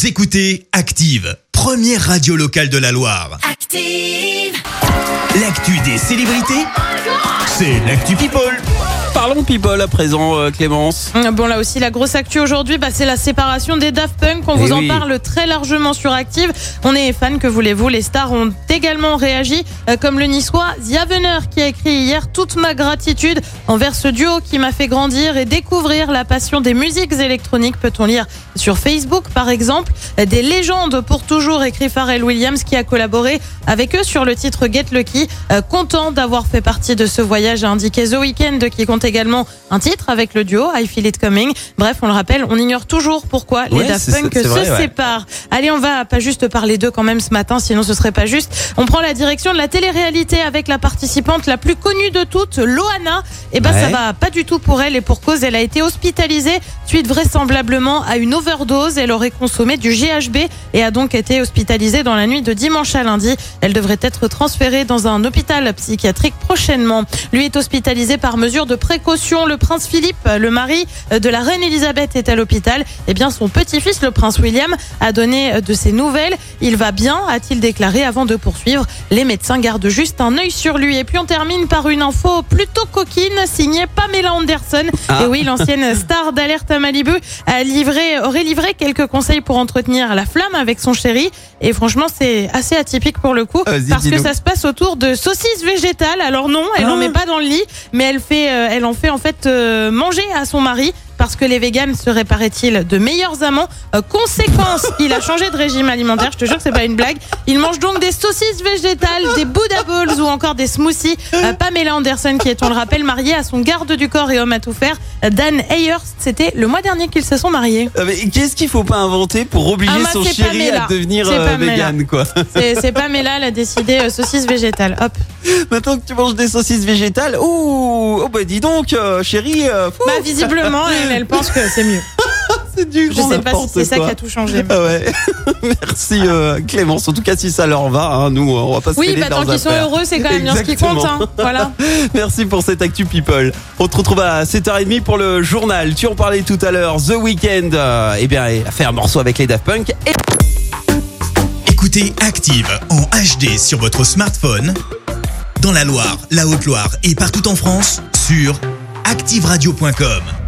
Vous écoutez Active, première radio locale de la Loire. Active. L'actu des célébrités, c'est l'actu People. Parlons people à présent, Clémence. Bon, là aussi, la grosse actu aujourd'hui, c'est la séparation des Daft Punk. On vous en parle très largement sur Active. On est fans, que voulez-vous. Les stars ont également réagi, comme le niçois Yavener, qui a écrit hier « Toute ma gratitude envers ce duo qui m'a fait grandir et découvrir la passion des musiques électroniques », peut-on lire sur Facebook, par exemple. Des légendes pour toujours, écrit Pharrell Williams, qui a collaboré avec eux sur le titre Get Lucky. Content d'avoir fait partie de ce voyage, a indiqué The Weeknd, qui compte également un titre avec le duo I Feel It Coming. Bref, on le rappelle, on ignore toujours pourquoi les Daft Punk se séparent. Allez, on va pas juste parler d'eux quand même ce matin, sinon ce serait pas juste. On prend la direction de la télé-réalité avec la participante la plus connue de toutes, Loana. Ça va pas du tout pour elle, et pour cause, elle a été hospitalisée suite vraisemblablement à une overdose. Elle aurait consommé du GHB et a donc été hospitalisée dans la nuit de dimanche à lundi. Elle devrait être transférée dans un hôpital psychiatrique prochainement. Lui est hospitalisé par mesure de précaution. Le prince Philippe, le mari de la reine Elisabeth, est à l'hôpital. Son petit-fils, le prince William, a donné de ses nouvelles. Il va bien, a-t-il déclaré avant de poursuivre. Les médecins gardent juste un œil sur lui. Et puis on termine par une info plutôt coquine, signée Pamela Anderson. Et oui, l'ancienne star d'Alerte à Malibu aurait livré quelques conseils pour entretenir la flamme avec son chéri. Et franchement, c'est assez atypique pour le coup, parce que ça se passe autour de saucisses végétales. Alors non, elle n'en met pas dans le lit, mais elle en fait en fait manger à son mari, parce que les véganes seraient, paraît-il, de meilleurs amants. Conséquence, il a changé de régime alimentaire, je te jure que c'est pas une blague. Il mange donc des saucisses végétales, des Buddha Balls ou encore des smoothies. Pamela Anderson, qui est, on le rappelle, mariée à son garde du corps et homme à tout faire, Dan Ayerst. C'était le mois dernier qu'ils se sont mariés. Mais qu'est-ce qu'il faut pas inventer pour obliger son chéri à devenir végane, quoi? C'est Pamela, elle a décidé saucisses végétales. Hop. Maintenant que tu manges des saucisses végétales, dis donc, chérie. Visiblement, elle pense que c'est mieux. C'est du Je sais pas si c'est ça qui a tout changé. Merci Clémence. En tout cas, si ça leur va, nous on va pas se mêler de leurs affaires. Tant qu'ils sont heureux, c'est quand même bien ce qui compte. Voilà. Merci pour cette actu people. On te retrouve à 7h30 pour le journal. Tu en parlais tout à l'heure, The Weeknd. Il a fait un morceau avec les Daft Punk. Écoutez Active en HD sur votre smartphone, dans la Loire, la Haute-Loire et partout en France, sur activeradio.com.